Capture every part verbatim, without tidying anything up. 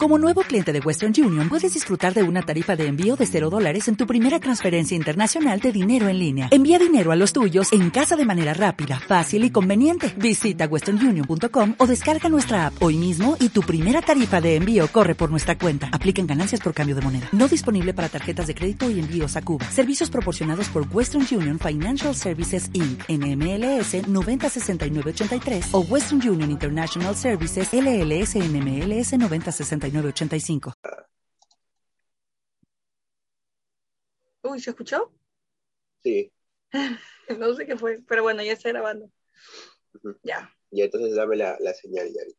Como nuevo cliente de Western Union, puedes disfrutar de una tarifa de envío de cero dólares en tu primera transferencia internacional de dinero en línea. Envía dinero a los tuyos en casa de manera rápida, fácil y conveniente. Visita western union punto com o descarga nuestra app hoy mismo y tu primera tarifa de envío corre por nuestra cuenta. Aplican ganancias por cambio de moneda. No disponible para tarjetas de crédito y envíos a Cuba. Servicios proporcionados por Western Union Financial Services incorporated. N M L S noventa sesenta y nueve ochenta y tres o Western Union International Services L L S N M L S noventa sesenta y nueve ochenta y cinco. Uy, ¿se escuchó? Sí. No sé qué fue, pero bueno, ya está grabando. Uh-huh. Ya. Y entonces dame la, la señal, Yari.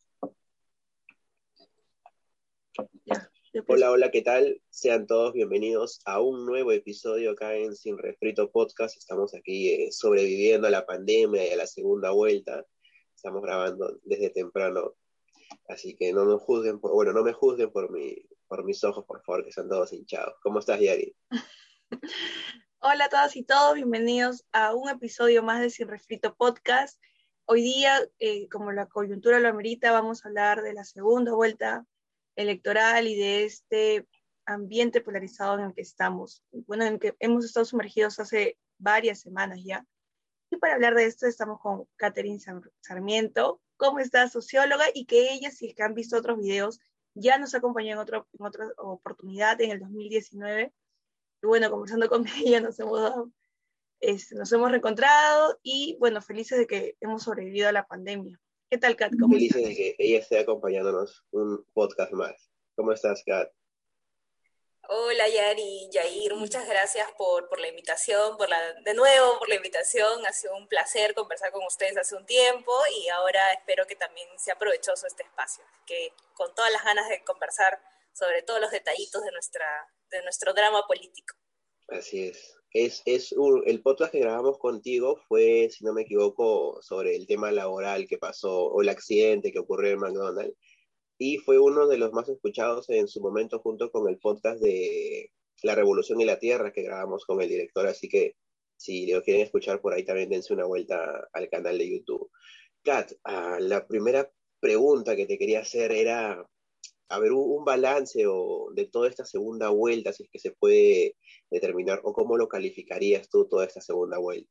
Ya. Hola, hola, ¿qué tal? Sean todos bienvenidos a un nuevo episodio acá en Sin Refrito Podcast. Estamos aquí eh, sobreviviendo a la pandemia y a la segunda vuelta. Estamos grabando desde temprano, así que no nos juzguen, por, bueno, no me juzguen por, mi, por mis ojos, por favor, que están todos hinchados. ¿Cómo estás, Yari? Hola a todas y todos, bienvenidos a un episodio más de Sin Refrito Podcast. Hoy día, eh, como la coyuntura lo amerita, vamos a hablar de la segunda vuelta electoral y de este ambiente polarizado en el que estamos, bueno, en el que hemos estado sumergidos hace varias semanas ya. Y para hablar de esto estamos con Catherine Sarmiento. ¿Cómo está, socióloga? Y que ella, si es que han visto otros videos, ya nos acompañó en, otro, en otra oportunidad en el dos mil diecinueve. Y bueno, conversando con ella nos hemos dado, este, nos hemos reencontrado y bueno, felices de que hemos sobrevivido a la pandemia. ¿Qué tal, Kat? ¿Cómo Felices estás? de que ella esté acompañándonos un podcast más. ¿Cómo estás, Kat? Hola, Yari, Yair, muchas gracias por, por la invitación, por la, de nuevo por la invitación. Ha sido un placer conversar con ustedes hace un tiempo y ahora espero que también sea provechoso este espacio, que con todas las ganas de conversar sobre todos los detallitos de, nuestra, de nuestro drama político. Así es. Es, es un, el podcast que grabamos contigo fue, si no me equivoco, sobre el tema laboral que pasó, o el accidente que ocurrió en McDonald's, y fue uno de los más escuchados en su momento junto con el podcast de La Revolución y la Tierra que grabamos con el director, así que si lo quieren escuchar por ahí también dense una vuelta al canal de YouTube. Kat, uh, la primera pregunta que te quería hacer era, a ver, un, un balance o de toda esta segunda vuelta, si es que se puede determinar, o cómo lo calificarías tú toda esta segunda vuelta.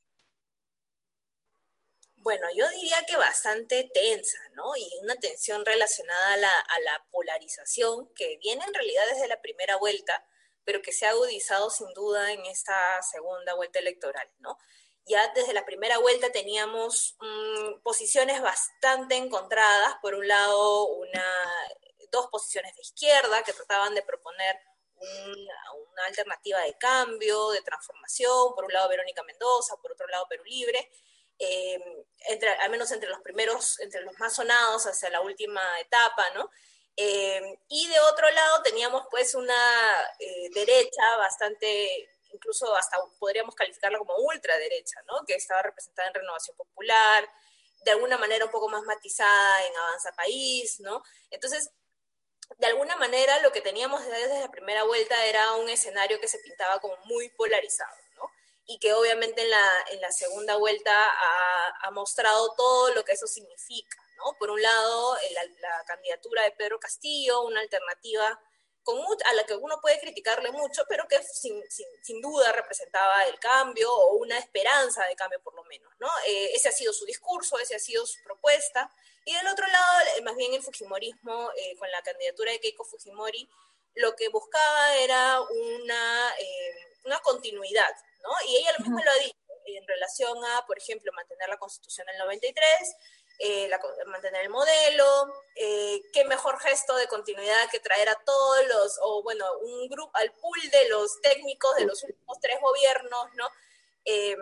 Bueno, yo diría que bastante tensa, ¿no? Y una tensión relacionada a la, a la polarización que viene en realidad desde la primera vuelta, pero que se ha agudizado sin duda en esta segunda vuelta electoral, ¿no? Ya desde la primera vuelta teníamos mmm, posiciones bastante encontradas. Por un lado, una, dos posiciones de izquierda que trataban de proponer una, una alternativa de cambio, de transformación. Por un lado, Verónica Mendoza, por otro lado, Perú Libre. Eh, entre, al menos entre los primeros, entre los más sonados hacia la última etapa, ¿no? Eh, y de otro lado teníamos pues una eh, derecha bastante, incluso hasta podríamos calificarla como ultraderecha, ¿no? Que estaba representada en Renovación Popular, de alguna manera un poco más matizada en Avanza País, ¿no? Entonces, de alguna manera lo que teníamos desde la primera vuelta era un escenario que se pintaba como muy polarizado, ¿no? Y que obviamente en la, en la segunda vuelta ha, ha mostrado todo lo que eso significa, ¿no? Por un lado, la, la candidatura de Pedro Castillo, una alternativa con, a la que uno puede criticarle mucho, pero que sin, sin, sin duda representaba el cambio o una esperanza de cambio por lo menos, ¿no? Eh, ese ha sido su discurso, esa ha sido su propuesta. Y del otro lado, más bien el fujimorismo, eh, con la candidatura de Keiko Fujimori, lo que buscaba era una, eh, una continuidad, ¿no? Y ella lo mismo lo ha dicho en relación a, por ejemplo, mantener la Constitución del noventa y tres, eh, la, mantener el modelo, eh, qué mejor gesto de continuidad que traer a todos los, o bueno, un grupo, al pool de los técnicos de los últimos tres gobiernos, ¿no? Eh,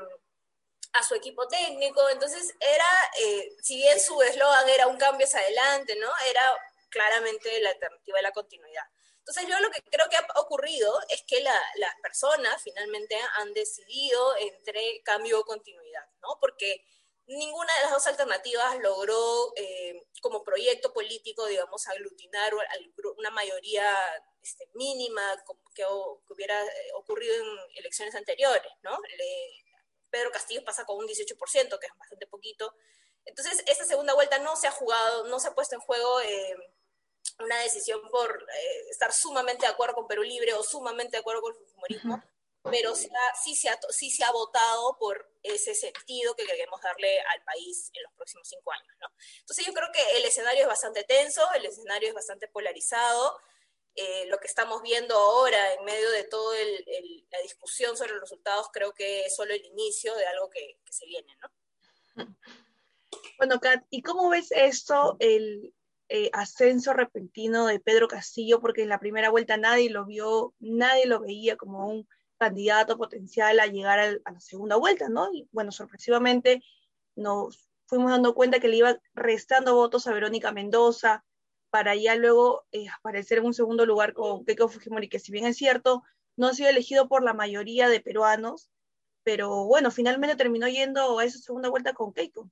a su equipo técnico. Entonces era, eh, si bien su eslogan era un cambio hacia adelante, ¿no? Era claramente la alternativa de la continuidad. Entonces yo lo que creo que ha ocurrido es que la, las personas finalmente han decidido entre cambio o continuidad, ¿no? Porque ninguna de las dos alternativas logró eh, como proyecto político, digamos, aglutinar una mayoría este, mínima que, que hubiera ocurrido en elecciones anteriores, ¿no? Le, Pedro Castillo pasa con un dieciocho por ciento, que es bastante poquito. Entonces, esta segunda vuelta no se ha jugado, no se ha puesto en juego eh, una decisión por eh, estar sumamente de acuerdo con Perú Libre o sumamente de acuerdo con el fujimorismo, uh-huh. pero se ha, sí, se ha, sí se ha votado por ese sentido que queremos darle al país en los próximos cinco años, ¿no? Entonces yo creo que el escenario es bastante tenso, el escenario es bastante polarizado. Eh, lo que estamos viendo ahora en medio de toda la discusión sobre los resultados creo que es solo el inicio de algo que, que se viene, ¿no? Bueno, Kat, ¿y cómo ves esto, el eh, ascenso repentino de Pedro Castillo? Porque en la primera vuelta nadie lo vio, nadie lo veía como un candidato potencial a llegar al, a la segunda vuelta, ¿no? Y bueno, sorpresivamente nos fuimos dando cuenta que le iba restando votos a Verónica Mendoza, para ya luego eh, aparecer en un segundo lugar con Keiko Fujimori, que si bien es cierto, no ha sido elegido por la mayoría de peruanos, pero bueno, finalmente terminó yendo a esa segunda vuelta con Keiko.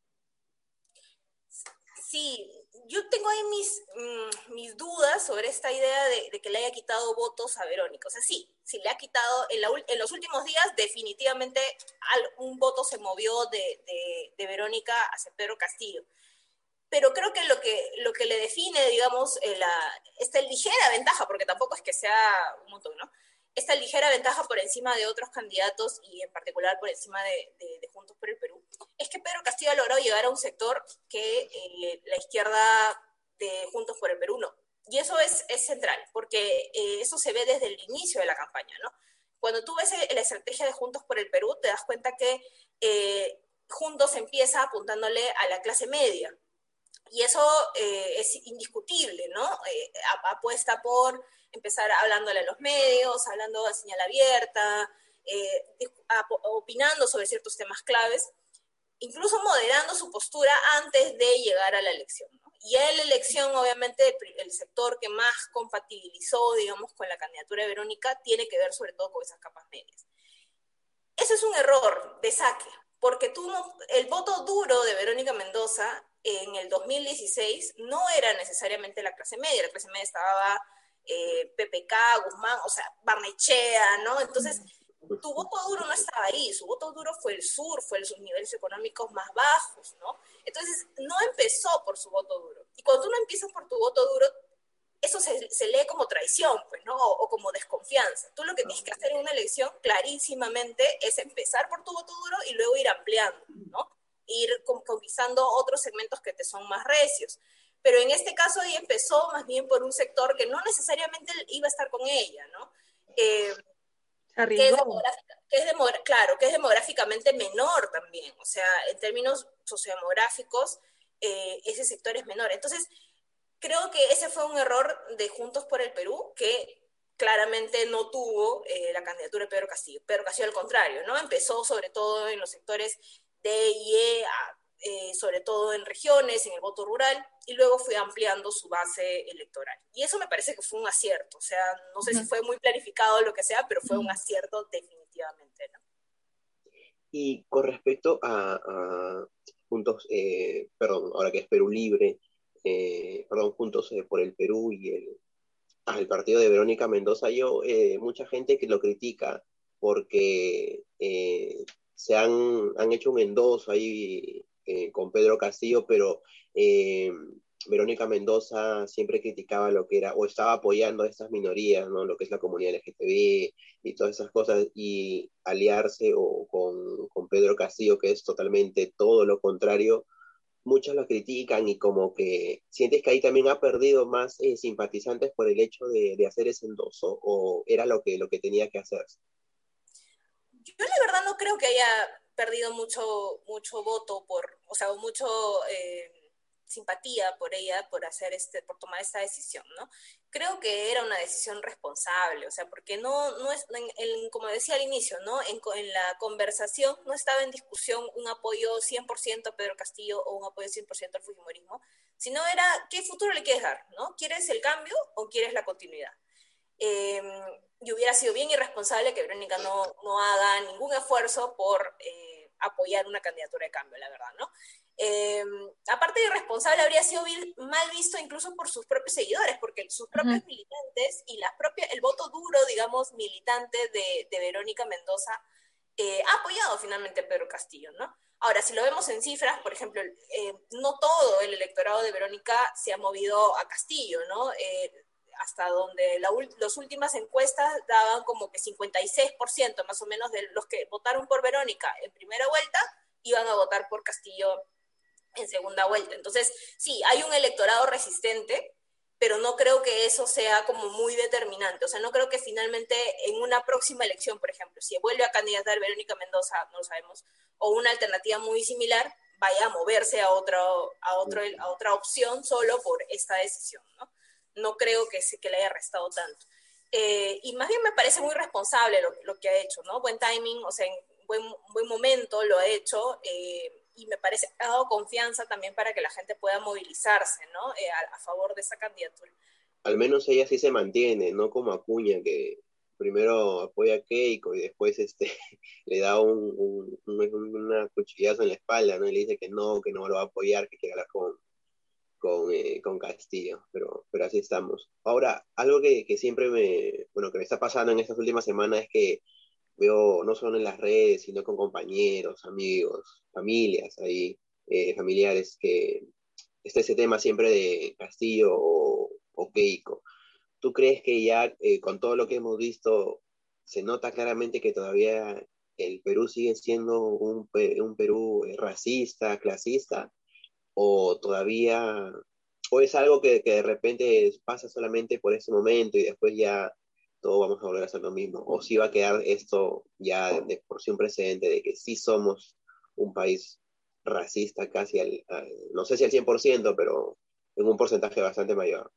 Sí, yo tengo ahí mis, mmm, mis dudas sobre esta idea de, de que le haya quitado votos a Verónica. O sea, sí, sí le ha quitado, en, la, en los últimos días definitivamente un voto se movió de, de, de Verónica hacia Pedro Castillo. Pero creo que lo que, lo que le define, digamos, eh, la, esta ligera ventaja, porque tampoco es que sea un montón, ¿no? Esta ligera ventaja por encima de otros candidatos y en particular por encima de, de, de Juntos por el Perú, es que Pedro Castillo ha logrado llegar a un sector que eh, la izquierda de Juntos por el Perú no. Y eso es, es central, porque eh, eso se ve desde el inicio de la campaña, ¿no? Cuando tú ves la estrategia de Juntos por el Perú, te das cuenta que eh, Juntos empieza apuntándole a la clase media. Y eso eh, es indiscutible, ¿no? Eh, apuesta por empezar hablándole a los medios, hablando a señal abierta, eh, opinando sobre ciertos temas claves, incluso moderando su postura antes de llegar a la elección, ¿no? Y en la elección, obviamente, el, el sector que más compatibilizó, digamos, con la candidatura de Verónica tiene que ver sobre todo con esas capas medias. Ese es un error de saque, porque tú no, el voto duro de Verónica Mendoza en el dos mil dieciséis no era necesariamente la clase media, la clase media estaba eh, P P K, Guzmán, o sea, Barnechea, ¿no? Entonces, tu voto duro no estaba ahí, su voto duro fue el sur, fue sus niveles económicos más bajos, ¿no? Entonces, no empezó por su voto duro. Y cuando tú no empiezas por tu voto duro, eso se, se lee como traición, pues, ¿no? O, o como desconfianza. Tú lo que tienes que hacer en una elección, clarísimamente, es empezar por tu voto duro y luego ir ampliando, ¿no? Ir conquistando otros segmentos que te son más recios. Pero en este caso ella empezó más bien por un sector que no necesariamente iba a estar con ella, ¿no? Eh, que es, que es demogra- claro, que es demográficamente menor también, o sea, en términos sociodemográficos, eh, ese sector es menor. Entonces, creo que ese fue un error de Juntos por el Perú, que claramente no tuvo eh, la candidatura de Pedro Castillo. Pedro Castillo, al contrario, ¿no? Empezó sobre todo en los sectores D y E, a, eh, sobre todo en regiones, en el voto rural, y luego fue ampliando su base electoral. Y eso me parece que fue un acierto. O sea, no sé uh-huh. si fue muy planificado o lo que sea, pero fue un acierto definitivamente, ¿no? Y con respecto a, a Juntos, eh, perdón, ahora que es Perú Libre, eh, perdón, Juntos eh, por el Perú y el, ah, el partido de Verónica Mendoza, yo, eh, mucha gente que lo critica porque eh, se han, han hecho un endoso ahí eh, con Pedro Castillo, pero eh, Verónica Mendoza siempre criticaba lo que era, o estaba apoyando a estas minorías, ¿no? Lo que es la comunidad L G T B y todas esas cosas, y aliarse o con, con Pedro Castillo, que es totalmente todo lo contrario, muchos lo critican y como que sientes que ahí también ha perdido más eh, simpatizantes por el hecho de, de hacer ese endoso, o era lo que, lo que tenía que hacerse. Yo la verdad no creo que haya perdido mucho, mucho voto por, o sea, mucho eh, simpatía por ella por hacer este, por tomar esta decisión, ¿no? Creo que era una decisión responsable, o sea, porque no, no es, en, en, como decía al inicio, ¿no? En, en la conversación no estaba en discusión un apoyo cien por ciento a Pedro Castillo o un apoyo cien por ciento al fujimorismo, sino era qué futuro le quieres dar, ¿no? ¿Quieres el cambio o quieres la continuidad? Eh, y hubiera sido bien irresponsable que Verónica no, no haga ningún esfuerzo por eh, apoyar una candidatura de cambio, la verdad, ¿no? Eh, aparte de irresponsable, habría sido mal visto incluso por sus propios seguidores, porque sus propios uh-huh. militantes y las propias, el voto duro, digamos, militante de, de Verónica Mendoza eh, ha apoyado finalmente a Pedro Castillo, ¿no? Ahora, si lo vemos en cifras, por ejemplo, eh, no todo el electorado de Verónica se ha movido a Castillo, ¿no? Eh, hasta donde la, las últimas encuestas daban como que cincuenta y seis por ciento más o menos de los que votaron por Verónica en primera vuelta iban a votar por Castillo en segunda vuelta. Entonces, sí, hay un electorado resistente, pero no creo que eso sea como muy determinante. O sea, no creo que finalmente en una próxima elección, por ejemplo, si vuelve a candidatar Verónica Mendoza, no lo sabemos, o una alternativa muy similar, vaya a moverse a, otro, a, otro, a otra opción solo por esta decisión, ¿no? No creo que, se, que le haya restado tanto. Eh, y más bien me parece muy responsable lo, lo que ha hecho, ¿no? Buen timing, o sea, en buen, buen momento lo ha hecho, eh, y me parece ha dado confianza también para que la gente pueda movilizarse, ¿no? Eh, a, a favor de esa candidatura. Al menos ella sí se mantiene, no como Acuña, que primero apoya a Keiko y después este, le da un, un, un, una cuchillazo en la espalda, ¿no? Y le dice que no, que no lo va a apoyar, que quiere hablar con, con, eh, con Castillo, pero, pero así estamos. Ahora, algo que, que siempre me, bueno, que me está pasando en estas últimas semanas es que veo, no solo en las redes, sino con compañeros, amigos, familias ahí, eh, familiares, que está ese tema siempre de Castillo o, o Keiko. ¿Tú crees que ya eh, con todo lo que hemos visto se nota claramente que todavía el Perú sigue siendo un, un Perú racista, clasista, o todavía, o es algo que, que de repente pasa solamente por ese momento y después ya todo vamos a volver a hacer lo mismo? ¿O si va a quedar esto ya de, de por sí un precedente de que sí somos un país racista casi al, al, no sé si al cien por ciento, pero en un porcentaje bastante mayor?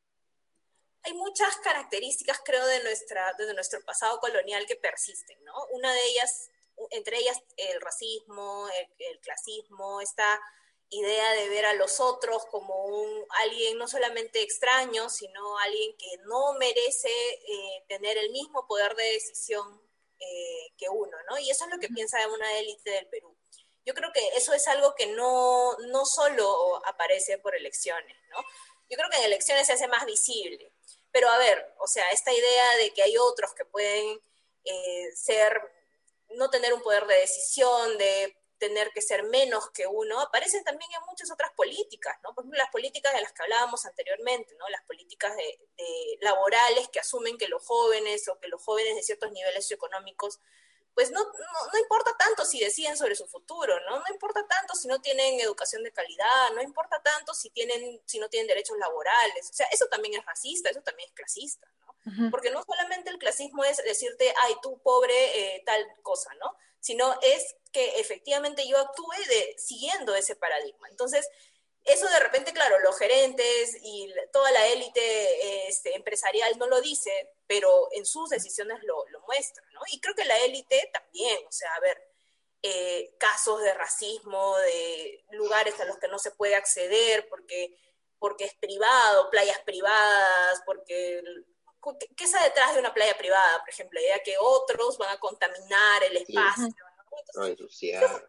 Hay muchas características, creo, de, nuestra, de nuestro pasado colonial que persisten, ¿no? Una de ellas, entre ellas, el racismo, el, el clasismo, esta idea de ver a los otros como un, alguien no solamente extraño, sino alguien que no merece eh, tener el mismo poder de decisión eh, que uno, ¿no? Y eso es lo que piensa una élite del Perú. Yo creo que eso es algo que no, no solo aparece por elecciones, ¿no? Yo creo que en elecciones se hace más visible. Pero a ver, o sea, esta idea de que hay otros que pueden eh, ser, no tener un poder de decisión, de tener que ser menos que uno, aparecen también en muchas otras políticas, ¿no? Por ejemplo, las políticas de las que hablábamos anteriormente, ¿no? Las políticas de, de laborales que asumen que los jóvenes o que los jóvenes de ciertos niveles socioeconómicos pues no, no, no importa tanto si deciden sobre su futuro, ¿no? No importa tanto si no tienen educación de calidad, no importa tanto si, tienen, si no tienen derechos laborales. O sea, eso también es racista, eso también es clasista, ¿no? Uh-huh. Porque no solamente el clasismo es decirte, ay, tú pobre, eh, tal cosa, ¿no? Sino es que efectivamente yo actúe de, siguiendo ese paradigma. Entonces, eso de repente, claro, los gerentes y toda la élite este, empresarial no lo dice, pero en sus decisiones lo, lo muestran, ¿no? Y creo que la élite también, o sea, a ver, eh, casos de racismo, de lugares a los que no se puede acceder porque, porque es privado, playas privadas, porque... ¿Qué está detrás de una playa privada, por ejemplo? La idea que otros van a contaminar el espacio, sí. ¿no? Entonces, no, ensuciar.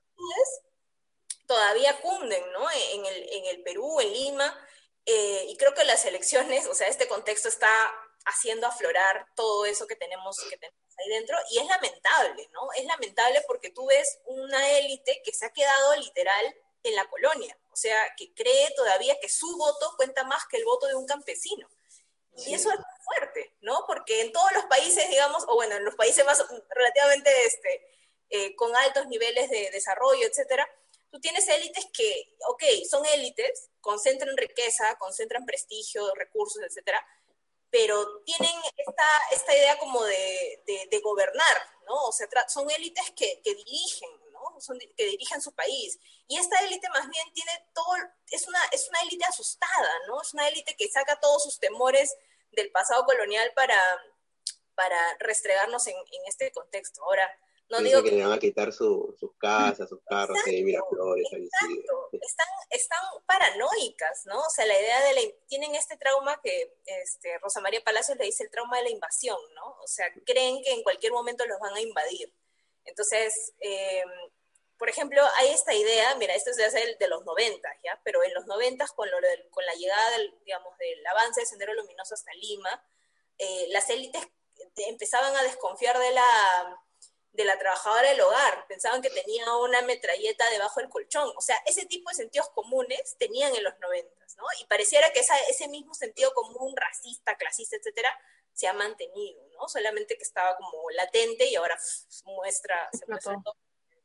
Todavía cunden, ¿no? En el, en el Perú, en Lima, eh, y creo que las elecciones, o sea, este contexto está haciendo aflorar todo eso que tenemos, que tenemos ahí dentro, y es lamentable, ¿no? Es lamentable porque tú ves una élite que se ha quedado literal en la colonia, o sea, que cree todavía que su voto cuenta más que el voto de un campesino. Y sí. Eso es muy fuerte, ¿no? Porque en todos los países, digamos, o bueno, en los países más relativamente este, eh, con altos niveles de desarrollo, etcétera, tú tienes élites que, ok, son élites, concentran riqueza, concentran prestigio, recursos, etcétera, pero tienen esta, esta idea como de, de, de gobernar, ¿no? O sea, son élites que, que dirigen, ¿no? Son, que dirigen su país. Y esta élite más bien tiene todo, es una, es una élite asustada, ¿no? Es una élite que saca todos sus temores del pasado colonial para, para restregarnos en, en este contexto. Ahora, no Piensa digo que, que le van a quitar su, sus casas, sus carros, exacto, de Miraflores, exacto. Están, están paranoicas, ¿no? O sea, la idea de la... Tienen este trauma que este, Rosa María Palacios le dice el trauma de la invasión, ¿no? O sea, creen que en cualquier momento los van a invadir. Entonces, eh, por ejemplo, hay esta idea, mira, esto es de hace de los noventas, ¿ya? Pero en los noventas, con, lo del, con la llegada, del, digamos, del avance del Sendero Luminoso hasta Lima, eh, las élites empezaban a desconfiar de la... de la trabajadora del hogar, pensaban que tenía una metralleta debajo del colchón, o sea, ese tipo de sentidos comunes tenían en los noventas, ¿no? Y pareciera que esa, ese mismo sentido común, racista, clasista, etcétera, se ha mantenido, ¿no? Solamente que estaba como latente y ahora pff, muestra, se muestra todo.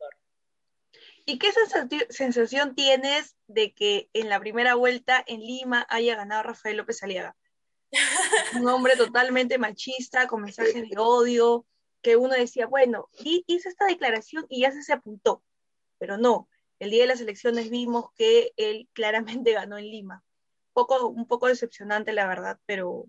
¿Y qué sensación tienes de que en la primera vuelta en Lima haya ganado Rafael López Aliaga? Un hombre totalmente machista, con mensajes de odio, que uno decía, bueno, hizo esta declaración y ya se sepultó, pero no, el día de las elecciones vimos que él claramente ganó en Lima. Poco, un poco decepcionante, la verdad, pero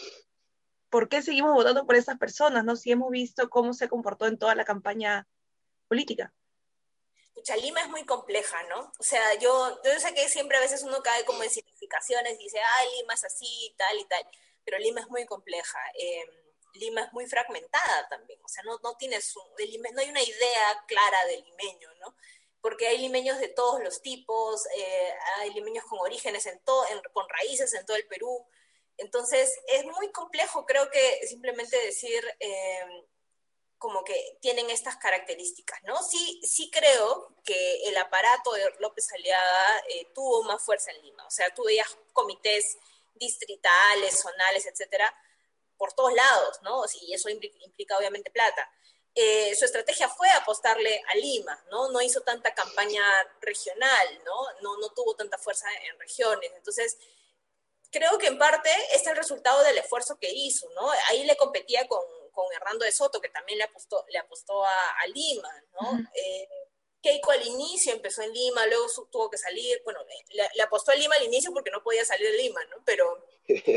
¿por qué seguimos votando por esas personas, no? Si hemos visto cómo se comportó en toda la campaña política. Pucha, Lima es muy compleja, ¿no? O sea, yo, yo sé que siempre a veces uno cae como en simplificaciones y dice, ay, Lima es así, tal y tal, pero Lima es muy compleja. Eh, Lima es muy fragmentada también, o sea, no, no, tienes un, no hay una idea clara del limeño, ¿no? Porque hay limeños de todos los tipos, eh, hay limeños con orígenes, en todo, en, con raíces en todo el Perú. Entonces, es muy complejo, creo que simplemente decir... Eh, como que tienen estas características, ¿no? Sí, sí creo que el aparato de López Aliaga eh, tuvo más fuerza en Lima, o sea, tú veías comités distritales, zonales, etcétera, por todos lados, ¿no? Y eso implica, implica obviamente plata. Eh, su estrategia fue apostarle a Lima, ¿no? No hizo tanta campaña regional, ¿no? No, no tuvo tanta fuerza en regiones, entonces... Creo que en parte este es el resultado del esfuerzo que hizo, ¿no? Ahí le competía con, con Hernando de Soto, que también le apostó, le apostó a, a Lima, ¿no? Uh-huh. Eh, Keiko al inicio empezó en Lima, luego su, tuvo que salir, bueno, le, le apostó a Lima al inicio porque no podía salir de Lima, ¿no? Pero,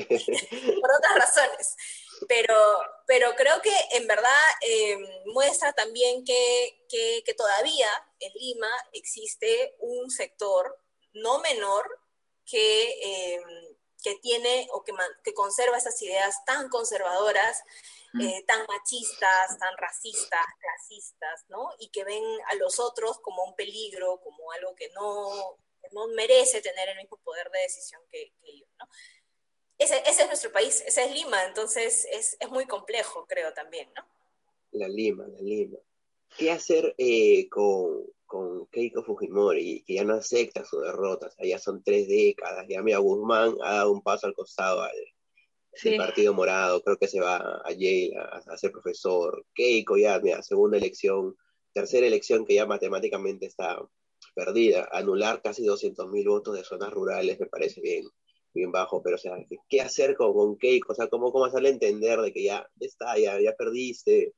por otras razones. Pero, pero creo que en verdad eh, muestra también que, que, que todavía en Lima existe un sector no menor que... Eh, que tiene o que, que conserva esas ideas tan conservadoras, eh, tan machistas, tan racistas, clasistas, ¿no? Y que ven a los otros como un peligro, como algo que no, que no merece tener el mismo poder de decisión que, que ellos, ¿no? Ese, ese es nuestro país, ese es Lima, entonces es, es muy complejo, creo, también, ¿no? La Lima, la Lima. ¿Qué hacer eh, con, con Keiko Fujimori, que ya no acepta su derrota? O sea, ya son tres décadas, ya mira, Guzmán ha dado un paso al costado al, sí. del Partido Morado, creo que se va a Yale a, a ser profesor. Keiko ya, mira, segunda elección, tercera elección que ya matemáticamente está perdida. Anular casi doscientos mil votos de zonas rurales me parece bien, bien bajo, pero o sea, ¿qué hacer con, con Keiko? O sea, ¿cómo, cómo hacerle entender de que ya está, ya, ya perdiste?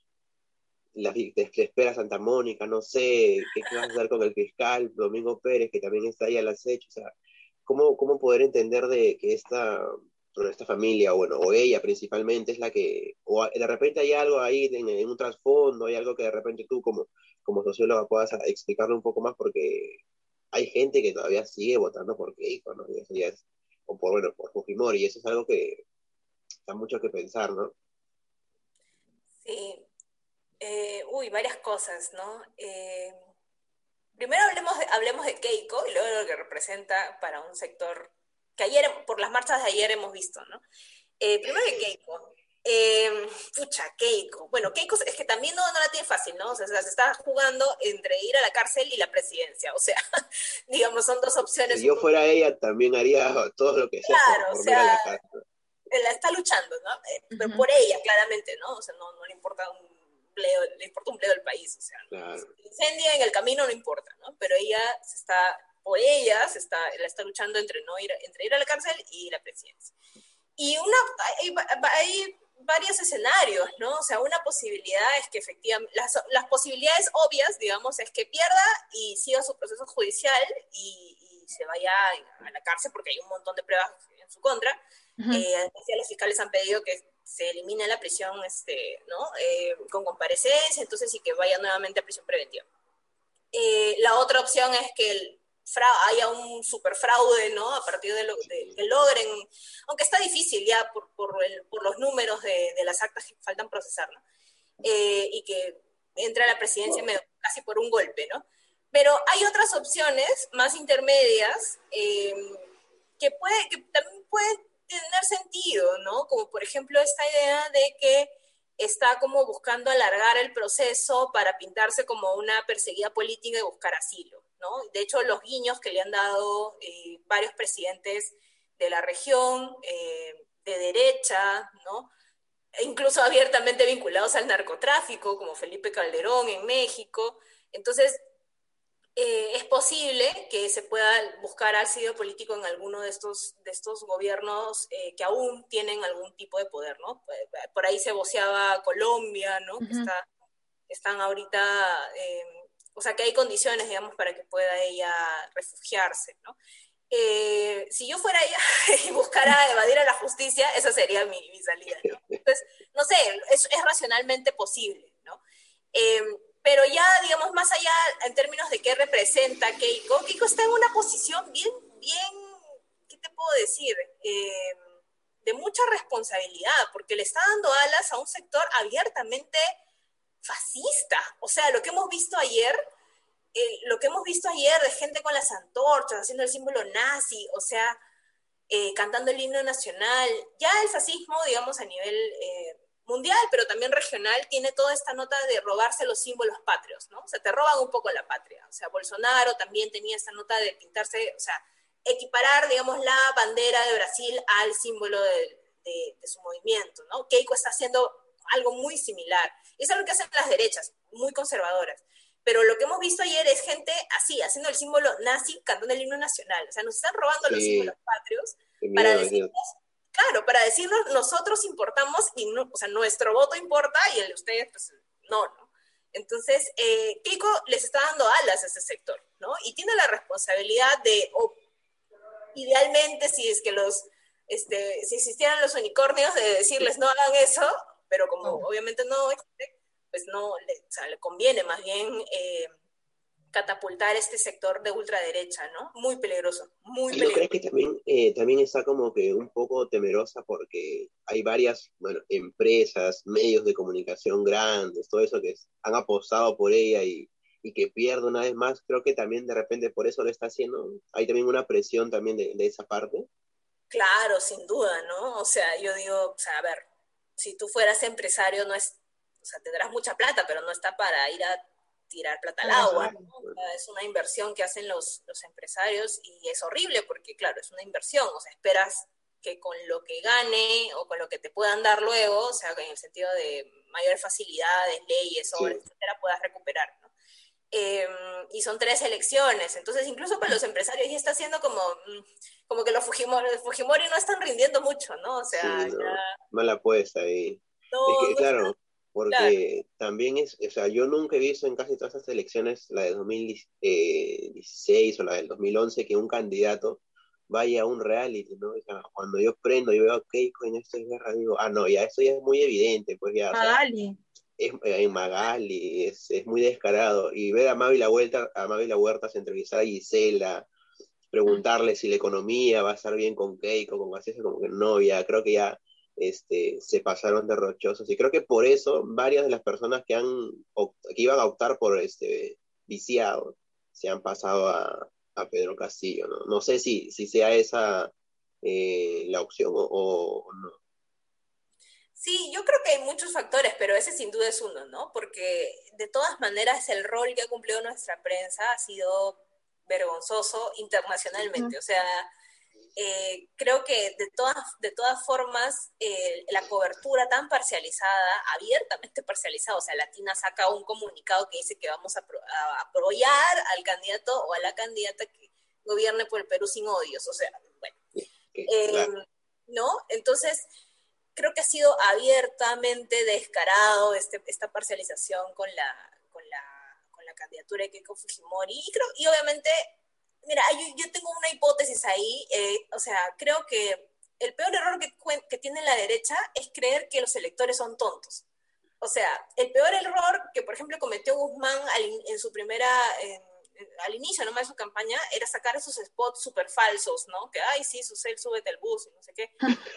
La, te, te espera Santa Mónica, no sé, ¿qué, qué vas a hacer con el fiscal Domingo Pérez, que también está ahí al acecho? O sea, ¿cómo, cómo poder entender de que esta, bueno, esta familia, bueno, o ella principalmente es la que, o de repente hay algo ahí en, en un trasfondo, hay algo que de repente tú como, como socióloga puedas explicarle un poco más, porque hay gente que todavía sigue votando por Keiko, ¿no? Y eso ya es, o por, bueno, por Fujimori, y eso es algo que da mucho que pensar, ¿no? Sí. Eh, uy, varias cosas, ¿no? Eh, primero hablemos de, hablemos de Keiko y luego de lo que representa para un sector que ayer, por las marchas de ayer hemos visto, ¿no? Eh, primero de Keiko. Eh, pucha, Keiko. Bueno, Keiko es que también no, no la tiene fácil, ¿no? O sea, se está jugando entre ir a la cárcel y la presidencia. O sea, digamos, son dos opciones. Si yo fuera ella, también haría todo lo que sea claro, por, por o sea, ir a la cárcel. La está luchando, ¿no? Eh, uh-huh. Por ella, claramente, ¿no? O sea, no, no le importa un Pleo, le importa un pleo del país, o sea, claro. Si incendia en el camino no importa, ¿no? Pero ella se está, por ella, se está, la está luchando entre no ir, entre ir a la cárcel y la presidencia. Y una, hay, hay varios escenarios, ¿no? O sea, una posibilidad es que efectivamente, las, las posibilidades obvias, digamos, es que pierda y siga su proceso judicial y, y se vaya a la cárcel porque hay un montón de pruebas en su contra. Uh-huh. Eh, los fiscales han pedido que se elimine la prisión, este, ¿no? Eh, con comparecencia, entonces sí que vaya nuevamente a prisión preventiva. Eh, la otra opción es que el fra haya un superfraude, ¿no? A partir de, lo, de que logren, aunque está difícil ya por, por, el, por los números de, de las actas que faltan procesar, ¿no? Eh, y que entre a la presidencia medio, casi por un golpe, ¿no? Pero hay otras opciones más intermedias eh, que, puede, que también pueden tener sentido, ¿no? Como por ejemplo esta idea de que está como buscando alargar el proceso para pintarse como una perseguida política y buscar asilo, ¿no? De hecho, los guiños que le han dado eh, varios presidentes de la región, eh, de derecha, ¿no? E incluso abiertamente vinculados al narcotráfico, como Felipe Calderón en México. Entonces, eh, es posible que se pueda buscar asilo político en alguno de estos, de estos gobiernos eh, que aún tienen algún tipo de poder, ¿no? Por ahí se voceaba Colombia, ¿no? Uh-huh. Que está, están ahorita, eh, o sea, que hay condiciones, digamos, para que pueda ella refugiarse, ¿no? Eh, si yo fuera ella y buscara evadir a la justicia, esa sería mi, mi salida, ¿no? Entonces, no sé, es, es racionalmente posible, ¿no? Eh, pero ya, digamos, más allá en términos de qué representa Keiko, Keiko está en una posición bien, bien, ¿qué te puedo decir? Eh, de mucha responsabilidad, porque le está dando alas a un sector abiertamente fascista. O sea, lo que hemos visto ayer, eh, lo que hemos visto ayer de gente con las antorchas, haciendo el símbolo nazi, o sea, eh, cantando el himno nacional, ya el fascismo, digamos, a nivel eh, mundial, pero también regional, tiene toda esta nota de robarse los símbolos patrios, ¿no? O sea, te roban un poco la patria. O sea, Bolsonaro también tenía esta nota de pintarse, o sea, equiparar, digamos, la bandera de Brasil al símbolo de, de, de su movimiento, ¿no? Keiko está haciendo algo muy similar. Y es algo que hacen las derechas, muy conservadoras. Pero lo que hemos visto ayer es gente así, haciendo el símbolo nazi, cantando el himno nacional. O sea, nos están robando sí. los símbolos patrios para miedo, decirnos... Claro, para decirnos, nosotros importamos, y no, o sea, nuestro voto importa y el de ustedes, pues, no, ¿no? Entonces, eh, Keiko les está dando alas a ese sector, ¿no? Y tiene la responsabilidad de, oh, idealmente, si es que los, este, si existieran los unicornios, de decirles no hagan eso, pero como oh. obviamente no existe, pues no, le, o sea, le conviene más bien eh, catapultar este sector de ultraderecha, ¿no? Muy peligroso, muy ¿Y peligroso. no crees que también, eh, también está como que un poco temerosa porque hay varias, bueno, empresas, medios de comunicación grandes, todo eso que han apostado por ella y, y que pierde una vez más? Creo que también de repente por eso lo está haciendo. Hay también una presión también de, de esa parte. Claro, sin duda, ¿no? O sea, yo digo, o sea, a ver, si tú fueras empresario, no es, o sea, tendrás mucha plata, pero no está para ir a tirar plata al agua, ¿no? O sea, es una inversión que hacen los, los empresarios y es horrible porque, claro, es una inversión, o sea, esperas que con lo que gane o con lo que te puedan dar luego, o sea, en el sentido de mayores facilidades, leyes, obras, sí. etcétera, puedas recuperar, ¿no? Eh, y son tres elecciones, entonces incluso para los empresarios ya está haciendo como, como que los Fujimori, Fujimori no están rindiendo mucho, ¿no? O sea, sí, no, ya... mala apuesta ahí. No, es que, no claro... Está... Porque claro. también es, o sea, yo nunca he visto en casi todas estas elecciones, la de dos mil dieciséis o la del dos mil once, que un candidato vaya a un reality, ¿no? O sea, cuando yo prendo y veo a Keiko en esta guerra, digo, ah, no, ya esto ya es muy evidente, pues ya. Magali. O sea, es, en Magali, es, es muy descarado. Y ver a Mavi La Huerta, a Mavi La Huerta entrevistar a Gisela, preguntarle si la economía va a estar bien con Keiko, con García, como que no, ya, creo que ya Este, se pasaron de rochosos, y creo que por eso varias de las personas que han que iban a optar por este viciado se han pasado a, a Pedro Castillo, ¿no? No sé si, si sea esa eh, la opción o, o no. Sí, yo creo que hay muchos factores, pero ese sin duda es uno, ¿no? Porque de todas maneras el rol que ha cumplido nuestra prensa ha sido vergonzoso internacionalmente, o sea, Eh, creo que de todas, de todas formas eh, la cobertura tan parcializada, abiertamente parcializada, o sea, Latina saca un comunicado que dice que vamos a, pro, a apoyar al candidato o a la candidata que gobierne por el Perú sin odios, o sea, bueno, eh, ¿no? Entonces, creo que ha sido abiertamente descarado este, esta parcialización con la, con la, con la candidatura de Keiko Fujimori, y, creo, y obviamente... Mira, yo, yo tengo una hipótesis ahí, eh, o sea, creo que el peor error que, que tiene la derecha es creer que los electores son tontos. O sea, el peor error que, por ejemplo, cometió Guzmán al, en su primera, en, al inicio nomás de su campaña, era sacar esos spots súper falsos, ¿no? Que, ay, sí, Susel, súbete al bus, y no sé qué.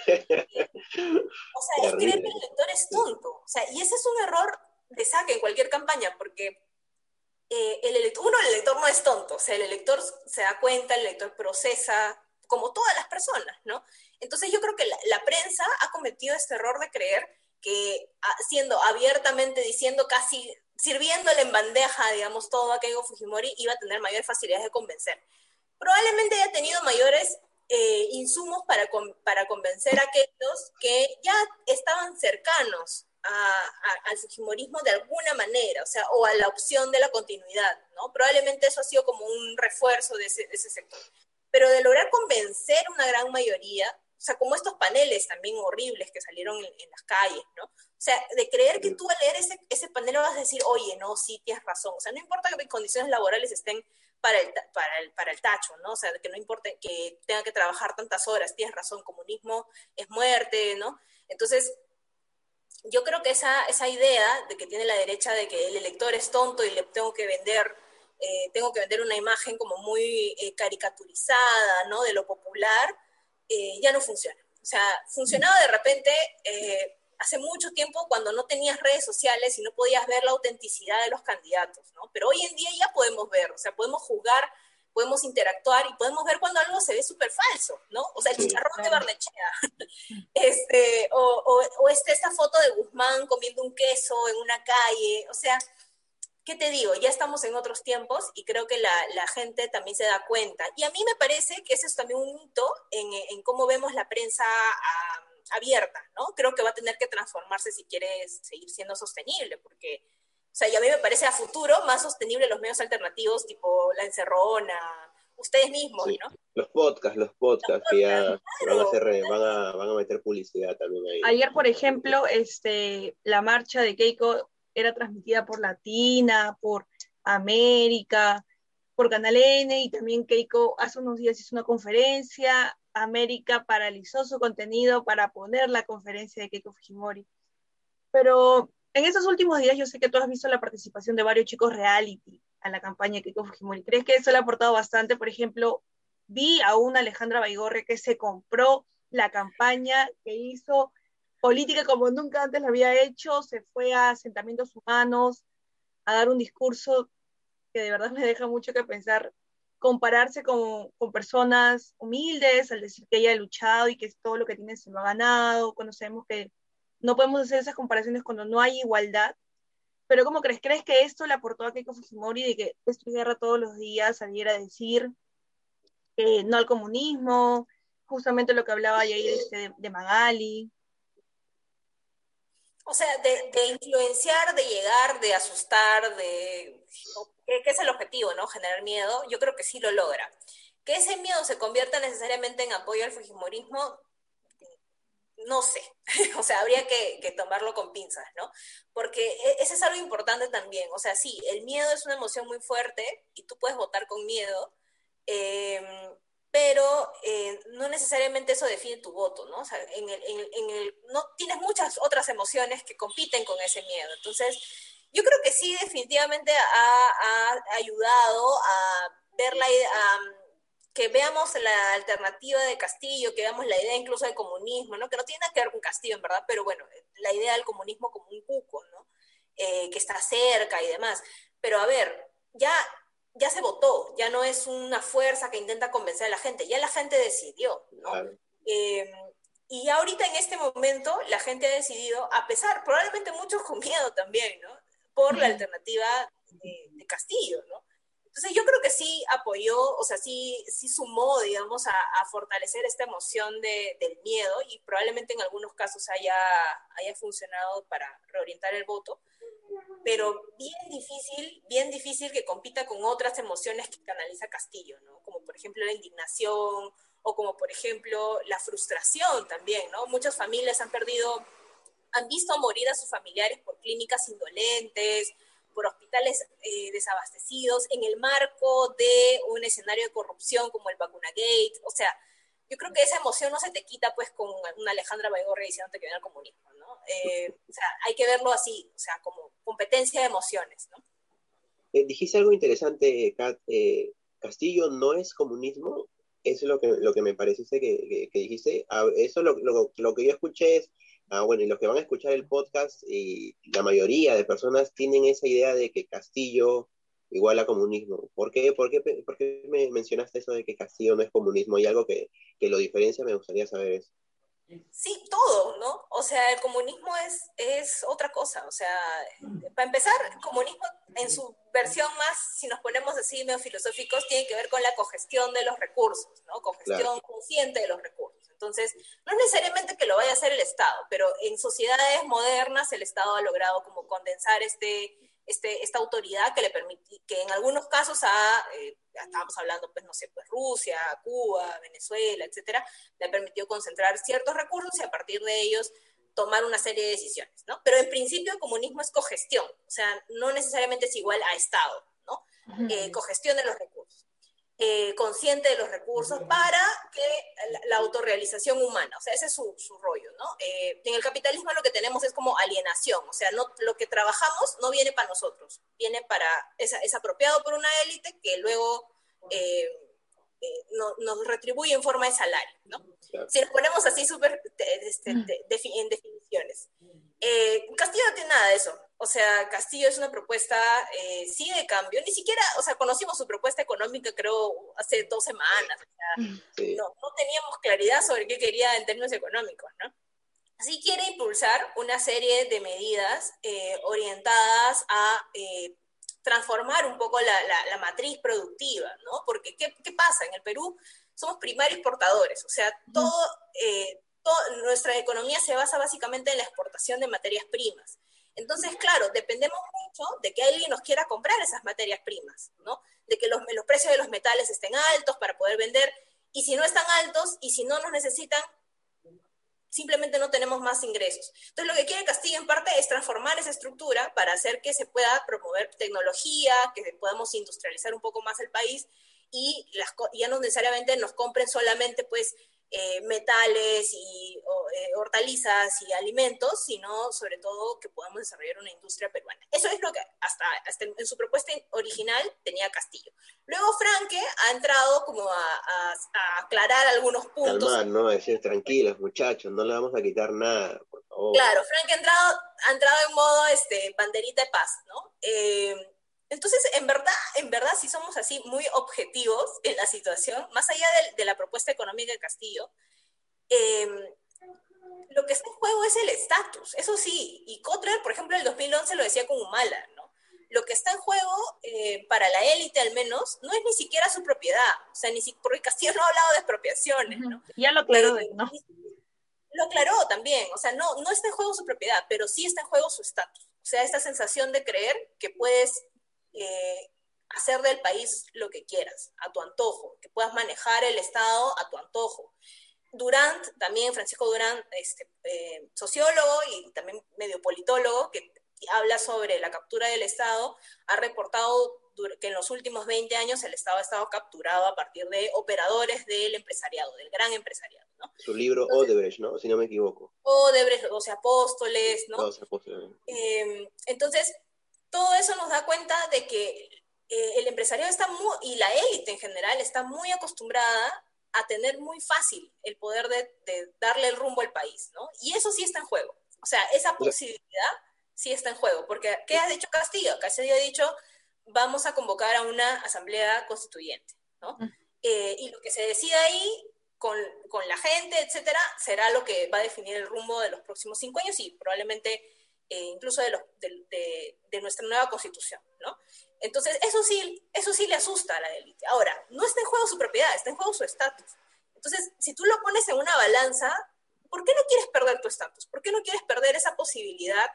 O sea, es creer que el elector es tonto. O sea, y ese es un error de saque en cualquier campaña, porque... Eh, el elector, uno, el elector no es tonto, o sea, el elector se da cuenta, el elector procesa, como todas las personas, ¿no? Entonces yo creo que la, la prensa ha cometido este error de creer que siendo abiertamente diciendo casi, sirviéndole en bandeja, digamos, todo a Keiko Fujimori, iba a tener mayores facilidades de convencer. Probablemente haya tenido mayores eh, insumos para, para convencer a aquellos que ya estaban cercanos a, a, al fujimorismo de alguna manera, o sea, o a la opción de la continuidad, ¿no? Probablemente eso ha sido como un refuerzo de ese, de ese sector. Pero de lograr convencer una gran mayoría, o sea, como estos paneles también horribles que salieron en, en las calles, ¿no? O sea, de creer que tú al leer ese, ese panel vas a decir, oye, no, sí, tienes razón. O sea, no importa que mis condiciones laborales estén para el, para el, para el tacho, ¿no? O sea, que no importa que tenga que trabajar tantas horas, tienes razón, comunismo es muerte, ¿no? Entonces, yo creo que esa, esa idea de que tiene la derecha de que el elector es tonto y le tengo que vender, eh, tengo que vender una imagen como muy eh, caricaturizada, ¿no? De lo popular, eh, ya no funciona. O sea, funcionaba de repente eh, hace mucho tiempo cuando no tenías redes sociales y no podías ver la autenticidad de los candidatos, ¿no? Pero hoy en día ya podemos ver, o sea, podemos jugar, podemos interactuar y podemos ver cuando algo se ve súper falso, ¿no? O sea, el chicharrón de Barnechea, este, o, o, o este, esta foto de Guzmán comiendo un queso en una calle, o sea, ¿qué te digo? Ya estamos en otros tiempos y creo que la, la gente también se da cuenta. Y a mí me parece que ese es también un hito en, en cómo vemos la prensa a, abierta, ¿no? Creo que va a tener que transformarse si quiere seguir siendo sostenible, porque, o sea, y a mí me parece a futuro más sostenible los medios alternativos tipo La Encerrona, ustedes mismos, sí. ¿no? Los podcasts, los podcasts, los que ya claro, van a, hacer, van, a, van a meter publicidad también ahí. Ayer, por ejemplo, este, la marcha de Keiko era transmitida por Latina, por América, por Canal N, y también Keiko hace unos días hizo una conferencia. América paralizó su contenido para poner la conferencia de Keiko Fujimori. Pero en estos últimos días yo sé que tú has visto la participación de varios chicos reality a la campaña de Keiko Fujimori. ¿Crees que eso le ha aportado bastante? Por ejemplo, vi a una Alejandra Baigorre que se compró la campaña, que hizo política como nunca antes la había hecho, se fue a asentamientos humanos a dar un discurso que de verdad me deja mucho que pensar, compararse con, con personas humildes al decir que ella ha luchado y que todo lo que tiene se lo ha ganado, cuando sabemos que no podemos hacer esas comparaciones cuando no hay igualdad. Pero ¿cómo crees? ¿Crees que esto le aportó a Keiko Fujimori de que esto guerra todos los días saliera a decir eh, no al comunismo? Justamente lo que hablaba ayer este, de, de Magali. O sea, de, de influenciar, de llegar, de asustar, de que, que es el objetivo, ¿no? Generar miedo, yo creo que sí lo logra. Que ese miedo se convierta necesariamente en apoyo al fujimorismo, no sé, o sea, habría que, que, tomarlo con pinzas, ¿no? Porque ese es algo importante también, o sea, sí, el miedo es una emoción muy fuerte y tú puedes votar con miedo, eh, pero eh, no necesariamente eso define tu voto, ¿no? O sea, en el, en, en el, no tienes muchas otras emociones que compiten con ese miedo, entonces yo creo que sí, definitivamente ha, ha ayudado a ver la idea, a, que veamos la alternativa de Castillo, que veamos la idea incluso del comunismo, ¿no? Que no tiene nada que ver con Castillo, en verdad, pero bueno, la idea del comunismo como un cuco, ¿no? Eh, que está cerca y demás. Pero a ver, ya, ya se votó, ya no es una fuerza que intenta convencer a la gente, ya la gente decidió, ¿no? Claro. Eh, y ahorita en este momento la gente ha decidido, a pesar, probablemente muchos con miedo también, ¿no? Por la alternativa de, de Castillo, ¿no? Entonces yo creo que sí apoyó, o sea, sí, sí sumó, digamos, a, a fortalecer esta emoción de, del miedo y probablemente en algunos casos haya, haya funcionado para reorientar el voto, pero bien difícil, bien difícil que compita con otras emociones que canaliza Castillo, ¿no? Como por ejemplo la indignación o como por ejemplo la frustración también, ¿no? Muchas familias han perdido, han visto morir a sus familiares por clínicas indolentes, por hospitales eh, desabastecidos, en el marco de un escenario de corrupción como el Vacunagate. O sea, yo creo que esa emoción no se te quita pues con una Alejandra Baigorre diciéndote que viene al comunismo, ¿no? Eh, o sea, hay que verlo así, o sea, como competencia de emociones, ¿no? Eh, dijiste algo interesante, Kat. Eh, Castillo no es comunismo. Eso es lo que, lo que me pareciste que, que, que dijiste. Ah, eso lo, lo, lo que yo escuché es, ah, bueno, y los que van a escuchar el podcast, y la mayoría de personas tienen esa idea de que Castillo igual a comunismo. ¿Por qué, por qué, por qué me mencionaste eso de que Castillo no es comunismo? Y algo que, que lo diferencia, me gustaría saber eso. Sí, todo, ¿no? O sea, el comunismo es, es otra cosa. O sea, para empezar, el comunismo en su versión más, si nos ponemos así medio filosóficos, tiene que ver con la cogestión de los recursos, ¿no? Claro, Cogestión consciente de los recursos. Entonces, no es necesariamente que lo vaya a hacer el Estado, pero en sociedades modernas el Estado ha logrado como condensar este, este, esta autoridad que le permite, que en algunos casos ha, eh, estábamos hablando, pues, no sé, pues Rusia, Cuba, Venezuela, etcétera, le permitió concentrar ciertos recursos y a partir de ellos tomar una serie de decisiones, ¿no? Pero en principio el comunismo es cogestión, o sea, no necesariamente es igual a Estado, ¿no? Eh, cogestión de los recursos. Eh, consciente de los recursos para que la, la autorrealización humana, o sea, ese es su, su rollo, ¿no? Eh, en el capitalismo lo que tenemos es como alienación, o sea, no, lo que trabajamos no viene para nosotros, viene para, es, es apropiado por una élite que luego eh, eh, no, nos retribuye en forma de salario, ¿no? claro. Si nos ponemos así súper este, de, de, en definiciones. Eh, Castillo no tiene nada de eso. O sea, Castillo es una propuesta, eh, sí, de cambio. Ni siquiera, o sea, conocimos su propuesta económica, creo, hace dos semanas. O sea, Sí. no, no teníamos claridad sobre qué quería en términos económicos, ¿no? Sí quiere impulsar una serie de medidas eh, orientadas a eh, transformar un poco la, la, la matriz productiva, ¿no? Porque, ¿qué, ¿qué pasa? En el Perú somos primarios exportadores, o sea, todo, eh, todo, nuestra economía se basa básicamente en la exportación de materias primas. Entonces, claro, dependemos mucho de que alguien nos quiera comprar esas materias primas, ¿no? De que los, los precios de los metales estén altos para poder vender, y si no están altos, y si no nos necesitan, simplemente no tenemos más ingresos. Entonces, lo que quiere Castillo en parte es transformar esa estructura para hacer que se pueda promover tecnología, que podamos industrializar un poco más el país y las, ya no necesariamente nos compren solamente pues eh, metales y o, eh, hortalizas y alimentos, sino sobre todo que podamos desarrollar una industria peruana. Eso es lo que hasta, hasta en su propuesta original tenía Castillo. Luego Franque ha entrado como a, a, a aclarar algunos puntos. Calmar, ¿no? Decir, tranquilos, muchachos, no le vamos a quitar nada, por favor. Claro, Frank ha entrado, ha entrado en modo este, banderita de paz, ¿no? Eh, entonces, en verdad, en verdad, si somos así muy objetivos en la situación, más allá de, de la propuesta económica de Castillo, eh, lo que está en juego es el estatus, eso sí, y Kotler, por ejemplo, en el dos mil once lo decía con Humala, ¿no? Lo que está en juego, eh, para la élite al menos, no es ni siquiera su propiedad, o sea, ni si, porque Castillo no ha hablado de expropiaciones, ¿no? Ya lo aclaró, Eh, ¿no? Lo aclaró también, o sea, no, no está en juego su propiedad, pero sí está en juego su estatus. O sea, esta sensación de creer que puedes eh, hacer del país lo que quieras, a tu antojo, que puedas manejar el Estado a tu antojo. Durant, también Francisco Durant, este, eh, sociólogo y también medio politólogo, que habla sobre la captura del Estado, ha reportado que en los últimos veinte años el Estado ha estado capturado a partir de operadores del empresariado, del gran empresariado, ¿no? Su libro Entonces, Odebrecht, ¿no? Si no me equivoco. Odebrecht, los doce apóstoles, ¿no? Todos apóstoles. Eh, entonces, todo eso nos da cuenta de que eh, el empresariado está muy, y la élite en general está muy acostumbrada a tener muy fácil el poder de, de darle el rumbo al país, ¿no? Y eso sí está en juego. O sea, esa O sea, posibilidad sí está en juego. Porque, ¿qué ha dicho Castillo? Castillo ha dicho, vamos a convocar a una asamblea constituyente, ¿no? Eh, y lo que se decida ahí con, con la gente, etcétera, será lo que va a definir el rumbo de los próximos cinco años y probablemente eh, incluso de, los, de, de, de nuestra nueva constitución, ¿no? Entonces, eso sí, eso sí le asusta a la élite. Ahora, no está en juego su propiedad, está en juego su estatus. Entonces, si tú lo pones en una balanza, ¿por qué no quieres perder tu estatus? ¿Por qué no quieres perder esa posibilidad?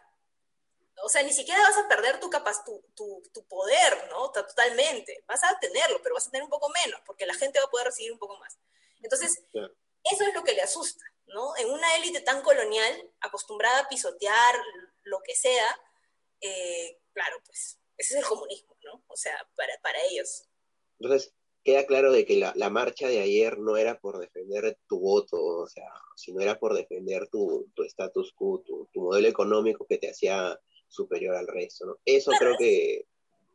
O sea, ni siquiera vas a perder tu, capaz, tu, tu, tu poder, ¿no? Totalmente. Vas a tenerlo, pero vas a tener un poco menos, porque la gente va a poder recibir un poco más. Entonces, claro. eso es lo que le asusta, ¿no? En una élite tan colonial, acostumbrada a pisotear lo que sea, eh, claro, pues, ese es el comunismo, ¿no? O sea, para, para ellos. Entonces, queda claro de que la, la marcha de ayer no era por defender tu voto, o sea, sino era por defender tu, tu status quo, tu, tu modelo económico que te hacía superior al resto, ¿no? Eso Claro, creo que...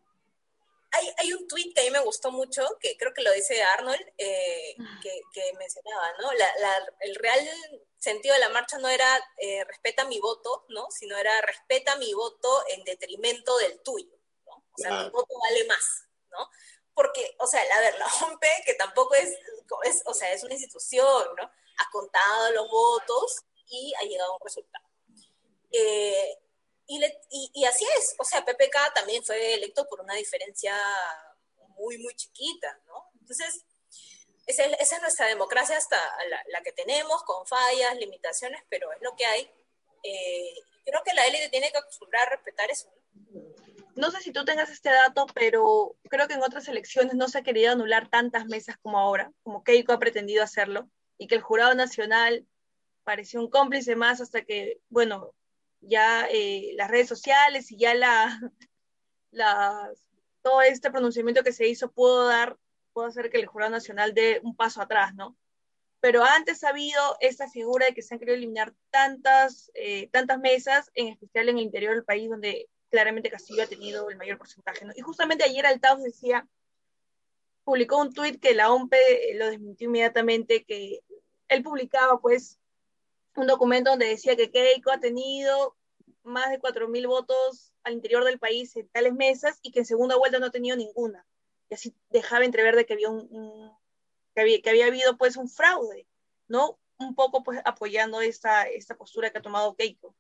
Hay, hay un tuit que a mí me gustó mucho, que creo que lo dice Arnold, eh, que, que mencionaba, ¿no? La, la, el real sentido de la marcha no era eh, respeta mi voto, ¿no? Sino era respeta mi voto en detrimento del tuyo, ¿no? O sea, Ah, mi voto vale más, ¿no? Porque, o sea, a ver, la O M P, que tampoco es, es, o sea, es una institución, ¿no? ha contado los votos y ha llegado a un resultado. Eh, y, le, y, y así es, o sea, P P K también fue electo por una diferencia muy, muy chiquita, ¿no? Entonces, esa es, esa es nuestra democracia hasta la, la que tenemos, con fallas, limitaciones, pero es lo que hay. Eh, creo que la élite tiene que acostumbrar a respetar eso, ¿no? No sé si tú tengas este dato, pero creo que en otras elecciones no se ha querido anular tantas mesas como ahora, como Keiko ha pretendido hacerlo, y que el Jurado Nacional pareció un cómplice más hasta que, bueno, ya eh, las redes sociales y ya la, la, todo este pronunciamiento que se hizo pudo dar, pudo hacer que el Jurado Nacional dé un paso atrás, ¿no? Pero antes ha habido esta figura de que se han querido eliminar tantas, eh, tantas mesas, en especial en el interior del país, donde claramente Castillo ha tenido el mayor porcentaje, ¿no? Y justamente ayer Altavos decía, publicó un tuit que la O M P lo desmintió inmediatamente, que él publicaba pues un documento donde decía que Keiko ha tenido más de cuatro mil votos al interior del país en tales mesas y que en segunda vuelta no ha tenido ninguna. Y así dejaba entrever de que había un, un que, había, que había habido pues un fraude, ¿no? Un poco pues apoyando esta, esta postura que ha tomado Keiko.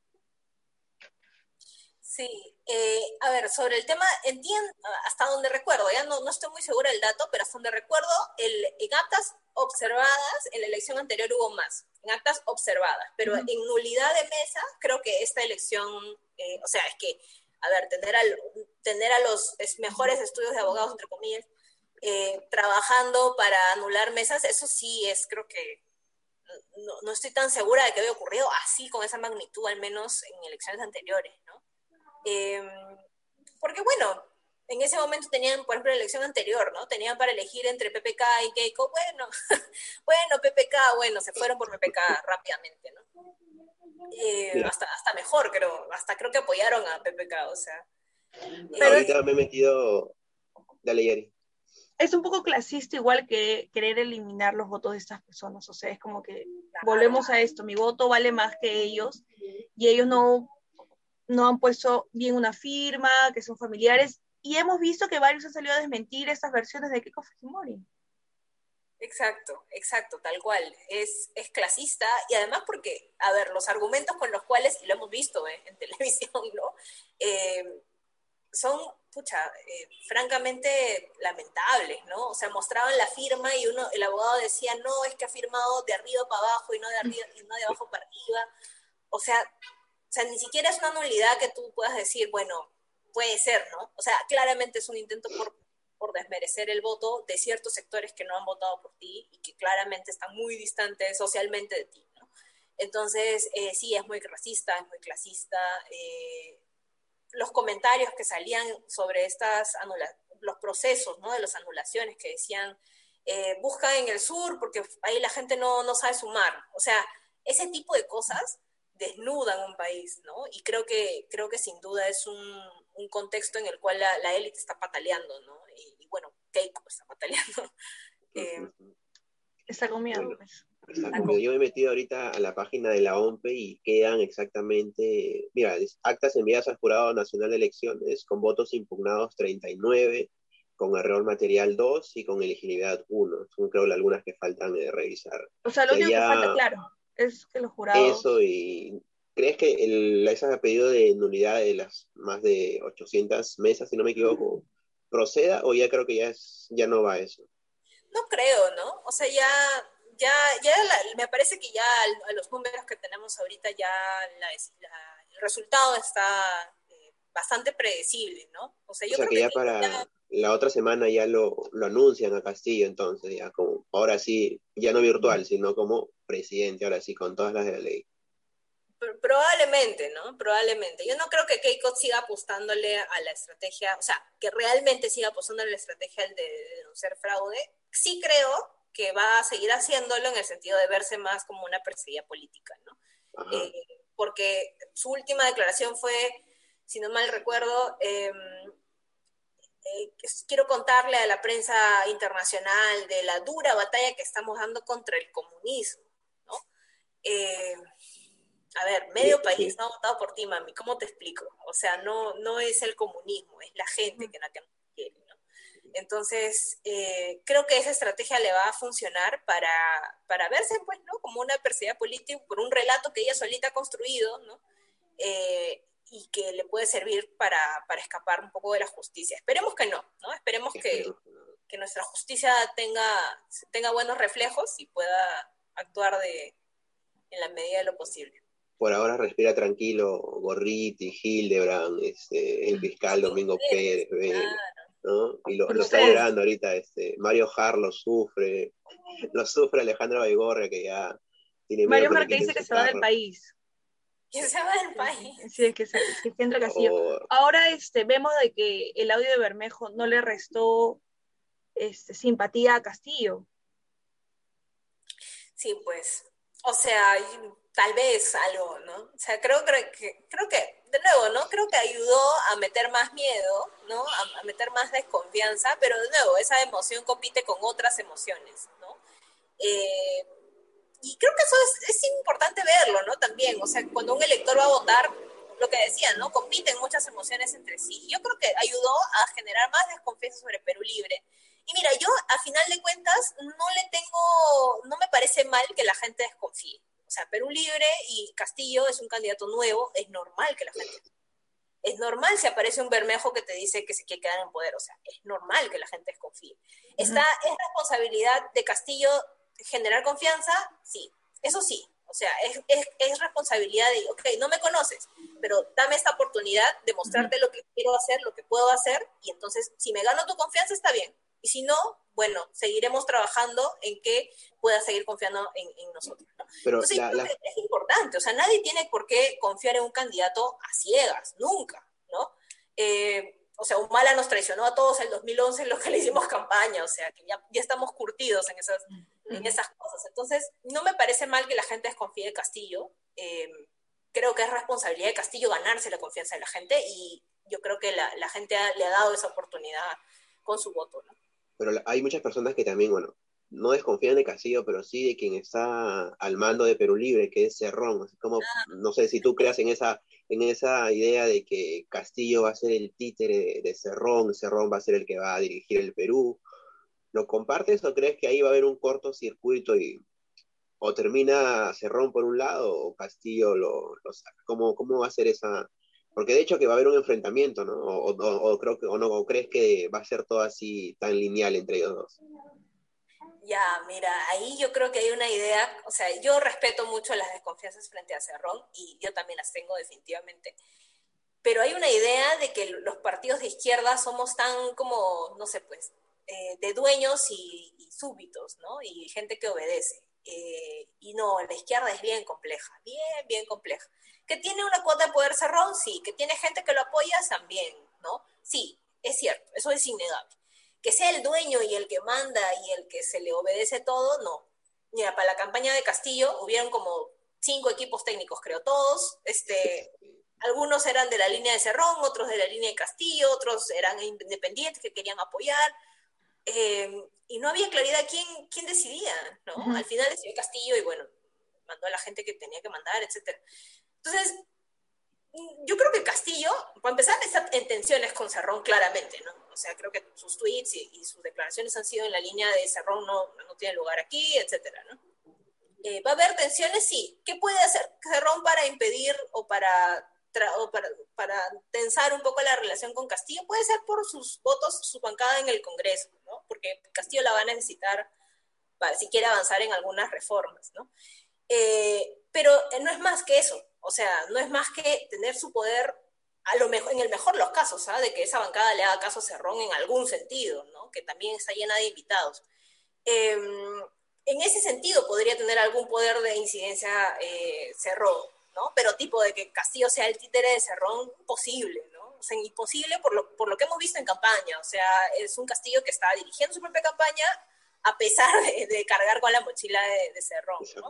Sí, eh, a ver, sobre el tema, entiendo, hasta donde recuerdo, ya no, no estoy muy segura del dato, pero hasta donde recuerdo, el, en actas observadas, en la elección anterior hubo más, en actas observadas, pero uh-huh. en nulidad de mesa, creo que esta elección, eh, o sea, es que, a ver, tener, al, tener a los mejores estudios de abogados, entre comillas, eh, trabajando para anular mesas, eso sí es, creo que, no, no estoy tan segura de que haya ocurrido así, con esa magnitud, al menos en elecciones anteriores, ¿no? Eh, porque bueno, en ese momento tenían, por ejemplo, la elección anterior, ¿no? Tenían para elegir entre P P K y Keiko, bueno, bueno, P P K, bueno, se fueron por P P K rápidamente, ¿no? Eh, hasta, hasta mejor, creo, hasta creo que apoyaron a P P K, o sea. Pero eh, ahorita me he metido, dale, Yari. Es un poco clasista igual que querer eliminar los votos de estas personas, o sea, es como que volvemos a esto, mi voto vale más que ellos, y ellos no no han puesto bien una firma, que son familiares, y hemos visto que varios han salido a desmentir estas versiones de Keiko Fujimori. Exacto, exacto, tal cual. Es, es clasista, y además porque, a ver, los argumentos con los cuales, y lo hemos visto eh, en televisión, ¿no? Eh, son, pucha, eh, francamente lamentables, ¿no? O sea, mostraban la firma y uno, el abogado decía, no, es que ha firmado de arriba para abajo y no de arriba, y no de abajo para arriba. O sea, O sea, ni siquiera es una nulidad que tú puedas decir, bueno, puede ser, ¿no? O sea, claramente es un intento por, por desmerecer el voto de ciertos sectores que no han votado por ti y que claramente están muy distantes socialmente de ti, ¿no? Entonces, eh, sí, es muy racista, es muy clasista. Eh, los comentarios que salían sobre estas anulaciones, los procesos, ¿no? De las anulaciones que decían, eh, busca en el sur porque ahí la gente no, no sabe sumar. O sea, ese tipo de cosas desnudan un país, ¿no? Y creo que, creo que sin duda es un, un contexto en el cual la, la élite está pataleando, ¿no? Y, y bueno, Keiko está pataleando. eh, está comiendo. Bueno, está comiendo. Yo me he metido ahorita a la página de la O M P y quedan exactamente, mira, actas enviadas al Jurado Nacional de Elecciones con votos impugnados treinta y nueve, con error material dos y con elegibilidad uno. Son creo algunas que faltan de revisar. O sea, lo o sea, único ya... que falta, claro, es que los jurados... Eso, y ¿crees que el, ese pedido de nulidad de las más de ochocientas mesas, si no me equivoco, proceda o ya creo que ya, es, ya no va eso? No creo, ¿no? O sea, ya, ya, ya la, me parece que ya a los números que tenemos ahorita ya la, la, el resultado está eh, bastante predecible, ¿no? O sea, yo o sea creo que ya que para ya... la otra semana ya lo, lo anuncian a Castillo, entonces ya como, ahora sí, ya no virtual, sino como presidente, ahora sí, con todas las de la ley. Probablemente, ¿no? Probablemente. Yo no creo que Keiko siga apostándole a la estrategia, o sea, que realmente siga apostándole a la estrategia de, de denunciar fraude. Sí creo que va a seguir haciéndolo en el sentido de verse más como una perseguida política, ¿no? Eh, porque su última declaración fue, si no mal recuerdo, eh, eh, quiero contarle a la prensa internacional de la dura batalla que estamos dando contra el comunismo, ¿no? Eh, A ver, medio país no ha votado por ti, mami, ¿cómo te explico? O sea, no, no es el comunismo, es la gente que no, que no quiere, ¿no? Entonces, eh, creo que esa estrategia le va a funcionar para, para verse, pues, ¿no? Como una adversidad política por un relato que ella solita ha construido, ¿no? Eh, y que le puede servir para, para escapar un poco de la justicia. Esperemos que no, ¿no? Esperemos que, que nuestra justicia tenga, tenga buenos reflejos y pueda actuar de, en la medida de lo posible. Por ahora respira tranquilo Gorriti, Hildebrand, este, el fiscal Domingo Pérez, Pérez ¿no? Y lo, lo está llorando ahorita, este, Mario Har lo sufre, lo sufre Alejandra Baigorria, que ya tiene miedo. Mario Har que dice que se va del país. Que se va del país. Sí, es que se, que se entra Castillo. Oh. Ahora este, vemos de que el audio de Bermejo no le restó este, simpatía a Castillo. Sí, pues, o sea, tal vez algo, ¿no? O sea, creo, creo que, creo que, de nuevo, ¿no? Creo que ayudó a meter más miedo, ¿no? A, a meter más desconfianza, pero de nuevo, esa emoción compite con otras emociones, ¿no? Eh, y creo que eso es, es importante verlo, ¿no? También, o sea, cuando un elector va a votar, lo que decía, ¿no? Compiten muchas emociones entre sí. Yo creo que ayudó a generar más desconfianza sobre Perú Libre. Y mira, yo, a final de cuentas, no le tengo, no me parece mal que la gente desconfíe. O sea, Perú Libre y Castillo es un candidato nuevo, es normal que la gente... Es normal si aparece un Bermejo que te dice que se quiere quedar en poder, o sea, es normal que la gente desconfíe. Está, ¿es responsabilidad de Castillo generar confianza? Sí, eso sí. O sea, es, es, es responsabilidad de, ok, no me conoces, pero dame esta oportunidad de mostrarte lo que quiero hacer, lo que puedo hacer, y entonces, si me gano tu confianza, está bien. Y si no, bueno, seguiremos trabajando en que puedas seguir confiando en, en nosotros, ¿no? Pero entonces, la, creo la... que es importante. O sea, nadie tiene por qué confiar en un candidato a ciegas, nunca, ¿no? Eh, o sea, Humala nos traicionó a todos en el dos mil once en lo que le hicimos campaña, o sea, que ya, ya estamos curtidos en esas, mm. en esas cosas. Entonces, no me parece mal que la gente desconfíe de Castillo. Eh, creo que es responsabilidad de Castillo ganarse la confianza de la gente, y yo creo que la, la gente ha, le ha dado esa oportunidad con su voto, ¿no? Pero hay muchas personas que también, bueno, no desconfían de Castillo, pero sí de quien está al mando de Perú Libre, que es Cerrón. Así como, ah. no sé si tú creas en esa, en esa idea de que Castillo va a ser el títere de, de Cerrón, Cerrón va a ser el que va a dirigir el Perú. ¿Lo compartes o crees que ahí va a haber un cortocircuito y o termina Cerrón por un lado o Castillo lo, lo saca? ¿Cómo, ¿Cómo va a ser esa...? Porque de hecho que va a haber un enfrentamiento, ¿no? O, o, o creo que, o no, o crees que va a ser todo así tan lineal entre ellos dos. Ya, mira, ahí yo creo que hay una idea, o sea, yo respeto mucho las desconfianzas frente a Cerrón, y yo también las tengo definitivamente, pero hay una idea de que los partidos de izquierda somos tan como, no sé, pues, eh, de dueños y, y súbditos, ¿no? Y gente que obedece. Eh, y no, la izquierda es bien compleja, bien, bien compleja. ¿Que tiene una cuota de poder Cerrón? Sí. ¿Que tiene gente que lo apoya? También, ¿no? Sí, es cierto, eso es innegable. Que sea el dueño y el que manda y el que se le obedece todo, no. Mira, para la campaña de Castillo hubieron como cinco equipos técnicos, creo, todos, este, algunos eran de la línea de Cerrón, otros de la línea de Castillo, otros eran independientes que querían apoyar, eh, y no había claridad quién, quién decidía, ¿no? Uh-huh. Al final decidió Castillo y, bueno, mandó a la gente que tenía que mandar, etcétera. Entonces, yo creo que Castillo, para empezar, está en tensiones con Cerrón claramente, ¿no? O sea, creo que sus tweets y, y sus declaraciones han sido en la línea de Cerrón no, no tiene lugar aquí, etcétera, ¿no? Eh, ¿Va a haber tensiones? Sí. ¿Qué puede hacer Cerrón para impedir o para, tra- o para, para tensar un poco la relación con Castillo? Puede ser por sus votos, su bancada en el Congreso, ¿no? Porque Castillo la va a necesitar para, si quiere avanzar en algunas reformas, ¿no? Eh, pero no es más que eso. O sea, no es más que tener su poder, a lo mejor, en el mejor de los casos, ¿sabes? De que esa bancada le haga caso a Cerrón en algún sentido, ¿no? Que también está llena de invitados. Eh, en ese sentido podría tener algún poder de incidencia eh, Cerrón, ¿no? Pero tipo de que Castillo sea el títere de Cerrón, imposible, ¿no? O sea, imposible por lo, por lo que hemos visto en campaña. O sea, es un Castillo que está dirigiendo su propia campaña a pesar de, de cargar con la mochila de, de Cerrón, ¿no?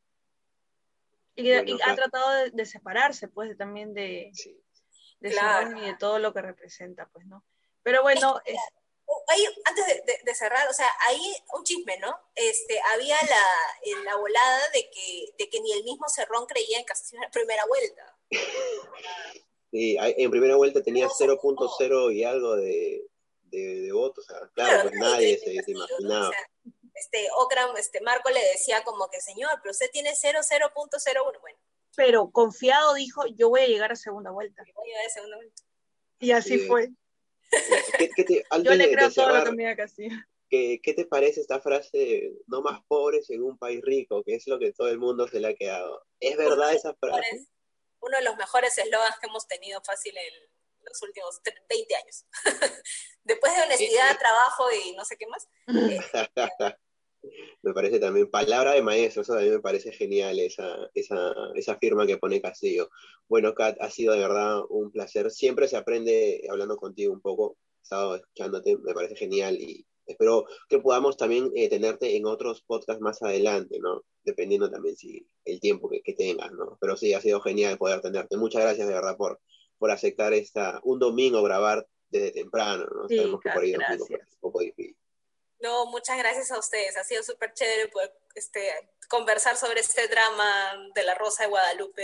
Y, bueno, y ha tratado de, de separarse, pues, también de, sí. de claro. Cerrón y de todo lo que representa, pues, ¿no? Pero bueno... Es, es... Ahí, antes de, de, de cerrar, o sea, ahí un chisme, ¿no? Este, había la, la volada de que, de que ni el mismo Cerrón creía en Castillo en la primera vuelta. Sí, en primera vuelta tenía cero punto cero y algo de, de, de votos. O sea, claro, pues nadie se, se imaginaba. O sea, este, Okram, este, Marco le decía como que, señor, pero usted tiene cero punto cero uno. Bueno. Pero confiado dijo, yo voy a llegar a segunda vuelta. Voy a llegar a segunda vuelta. Y así sí, fue. ¿Qué, qué te, yo le creo de todo cerrar, lo que me diga Castillo. ¿qué, ¿Qué te parece esta frase, no más pobres en un país rico? Que es lo que todo el mundo se le ha quedado. ¿Es verdad esa frase? Mejores, uno de los mejores eslogans que hemos tenido fácil en los últimos veinte años. Después de honestidad, sí, trabajo y no sé qué más. Eh, me parece también palabra de maestro, eso también me parece genial, esa, esa, esa firma que pone Castillo. Bueno, Kat, ha sido de verdad un placer. Siempre se aprende hablando contigo un poco. He estado escuchándote, me parece genial y espero que podamos también eh, tenerte en otros podcasts más adelante, ¿no? Dependiendo también si el tiempo que, que tengas, ¿no? Pero sí, ha sido genial poder tenerte. Muchas gracias de verdad por, por aceptar esta, un domingo grabar desde temprano, ¿no? Sí, Sabemos que por ahí gracias. domingo es un poco difícil. No, muchas gracias a ustedes. Ha sido súper chévere poder este, conversar sobre este drama de la Rosa de Guadalupe.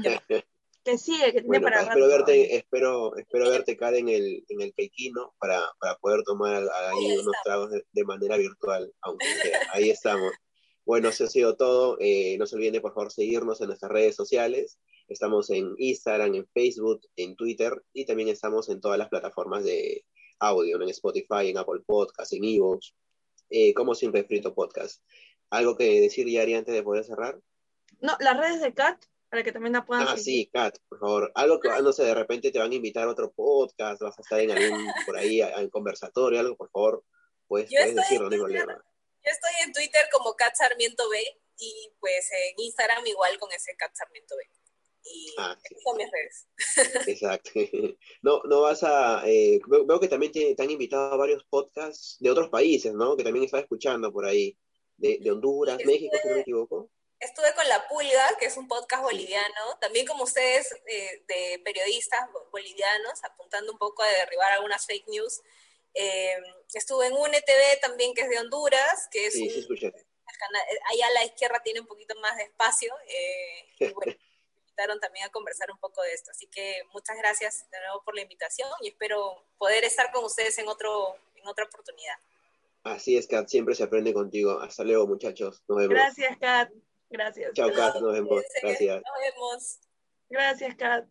Que sigue, que tiene bueno, para espero rato. verte, espero, espero verte, Kat, en el, en el Pequino para, para poder tomar ahí ahí unos tragos de, de manera virtual, aunque sea. Ahí estamos. Bueno, eso ha sido todo. Eh, no se olviden, por favor, seguirnos en nuestras redes sociales. Estamos en Instagram, en Facebook, en Twitter y también estamos en todas las plataformas de audio, ¿no? En Spotify, en Apple Podcasts, en iVoox, eh, como Sin Refrito Podcast. ¿Algo que decir, Yari, antes de poder cerrar? No, las redes de Kat, para que también la puedan Ah, seguir. sí, Kat, por favor. Algo que, no sé, de repente te van a invitar a otro podcast, vas a estar en algún, por ahí, en conversatorio, algo, por favor, pues, puedes decirlo, no hay problema. Yo estoy en Twitter como Kat Sarmiento B y pues en Instagram igual con ese Kat Sarmiento B. Y ah, sí. Son mis redes. Exacto. No, no vas a... Eh, veo, veo que también te, te han invitado a varios podcasts de otros países, ¿no? Que también estaba escuchando por ahí. De, de Honduras, sí, México, si no me equivoco. Estuve con La Pulga, que es un podcast boliviano, también como ustedes, eh, de periodistas bolivianos, apuntando un poco a derribar algunas fake news. Eh, estuve en U N T V también, que es de Honduras, que es sí, un, sí, escuché. Canal, allá a la izquierda tiene un poquito más de espacio, eh, y bueno, me invitaron también a conversar un poco de esto, así que muchas gracias de nuevo por la invitación y espero poder estar con ustedes en, otro, en otra oportunidad. Así es, Kat, siempre se aprende contigo. Hasta luego, muchachos, nos vemos. Gracias, Kat. Gracias. Chao, Kat, nos vemos. Gracias. Nos vemos. Gracias, Kat.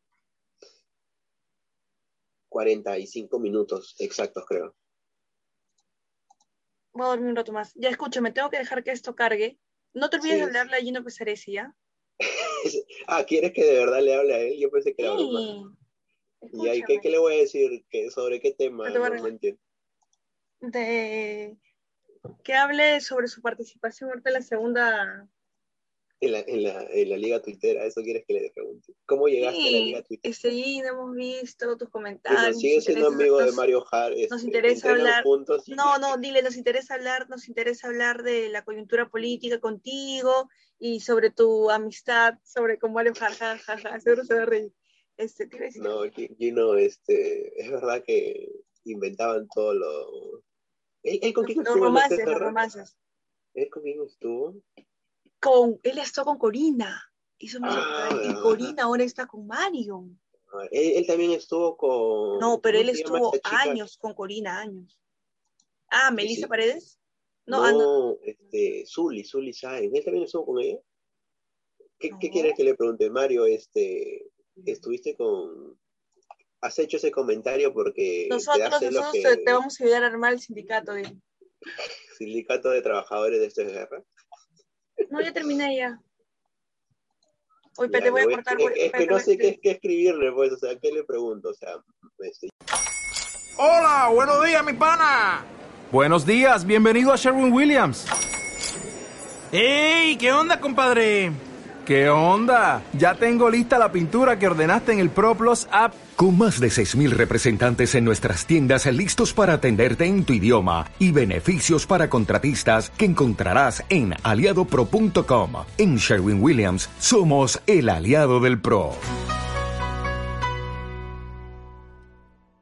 cuarenta y cinco minutos exactos, creo. Voy a dormir un rato más. Ya escúchame, tengo que dejar que esto cargue. No te olvides sí. de hablarle a Gino Pesaresi, ¿ya? Ah, ¿quieres que de verdad le hable a él? Yo pensé que era broma. ¿Y ahí, ¿qué, ¿qué le voy a decir? ¿Qué, ¿Sobre qué tema? No, no entiendo. De... Que hable sobre su participación ahorita en la segunda... En la, en, la, en la liga tuitera, ¿eso quieres que le pregunte? ¿Cómo llegaste sí, a la liga tuitera? Sí, hemos visto tus comentarios. Bueno, sigue siendo amigo nos, de Mario Jara. Nos interesa hablar. Y... No, no, dile, nos interesa hablar, nos interesa hablar de la coyuntura política contigo y sobre tu amistad, sobre con Mario Jara, jajaja, seguro se va a reír. Este, ¿te decir? No, Gino, este, es verdad que inventaban todo lo... ¿Él, él con quién los estuvo? Romances, los romances. ¿Él con quién estuvo? Con, él estuvo con Corina. Hizo ah, y Corina ahora está con Mario. Él, él también estuvo con... No, pero él estuvo años con Corina, años. Ah, ¿Melissa sí. Paredes? No, no, ah, no. este, Zully, Zully Sáenz. ¿Él también estuvo con ella? ¿Qué, no. ¿Qué quieres que le pregunte? Mario, este, estuviste con... ¿Has hecho ese comentario porque... Nosotros, te, nosotros que... te vamos a ayudar a armar el sindicato. De... ¿Sindicato de trabajadores de esta guerra? No, ya terminé ya. Hoy te voy a cortar. Es, es que no sé qué, qué escribirle, pues, o sea, ¿qué le pregunto? O sea, este... Hola, buenos días, mi pana. Buenos días, bienvenido a Sherwin-Williams. ¡Ey! ¿Qué onda, compadre? ¿Qué onda? Ya tengo lista la pintura que ordenaste en el ProPlus app. Con más de seis mil representantes en nuestras tiendas listos para atenderte en tu idioma y beneficios para contratistas que encontrarás en aliado pro punto com. En Sherwin-Williams somos el aliado del pro.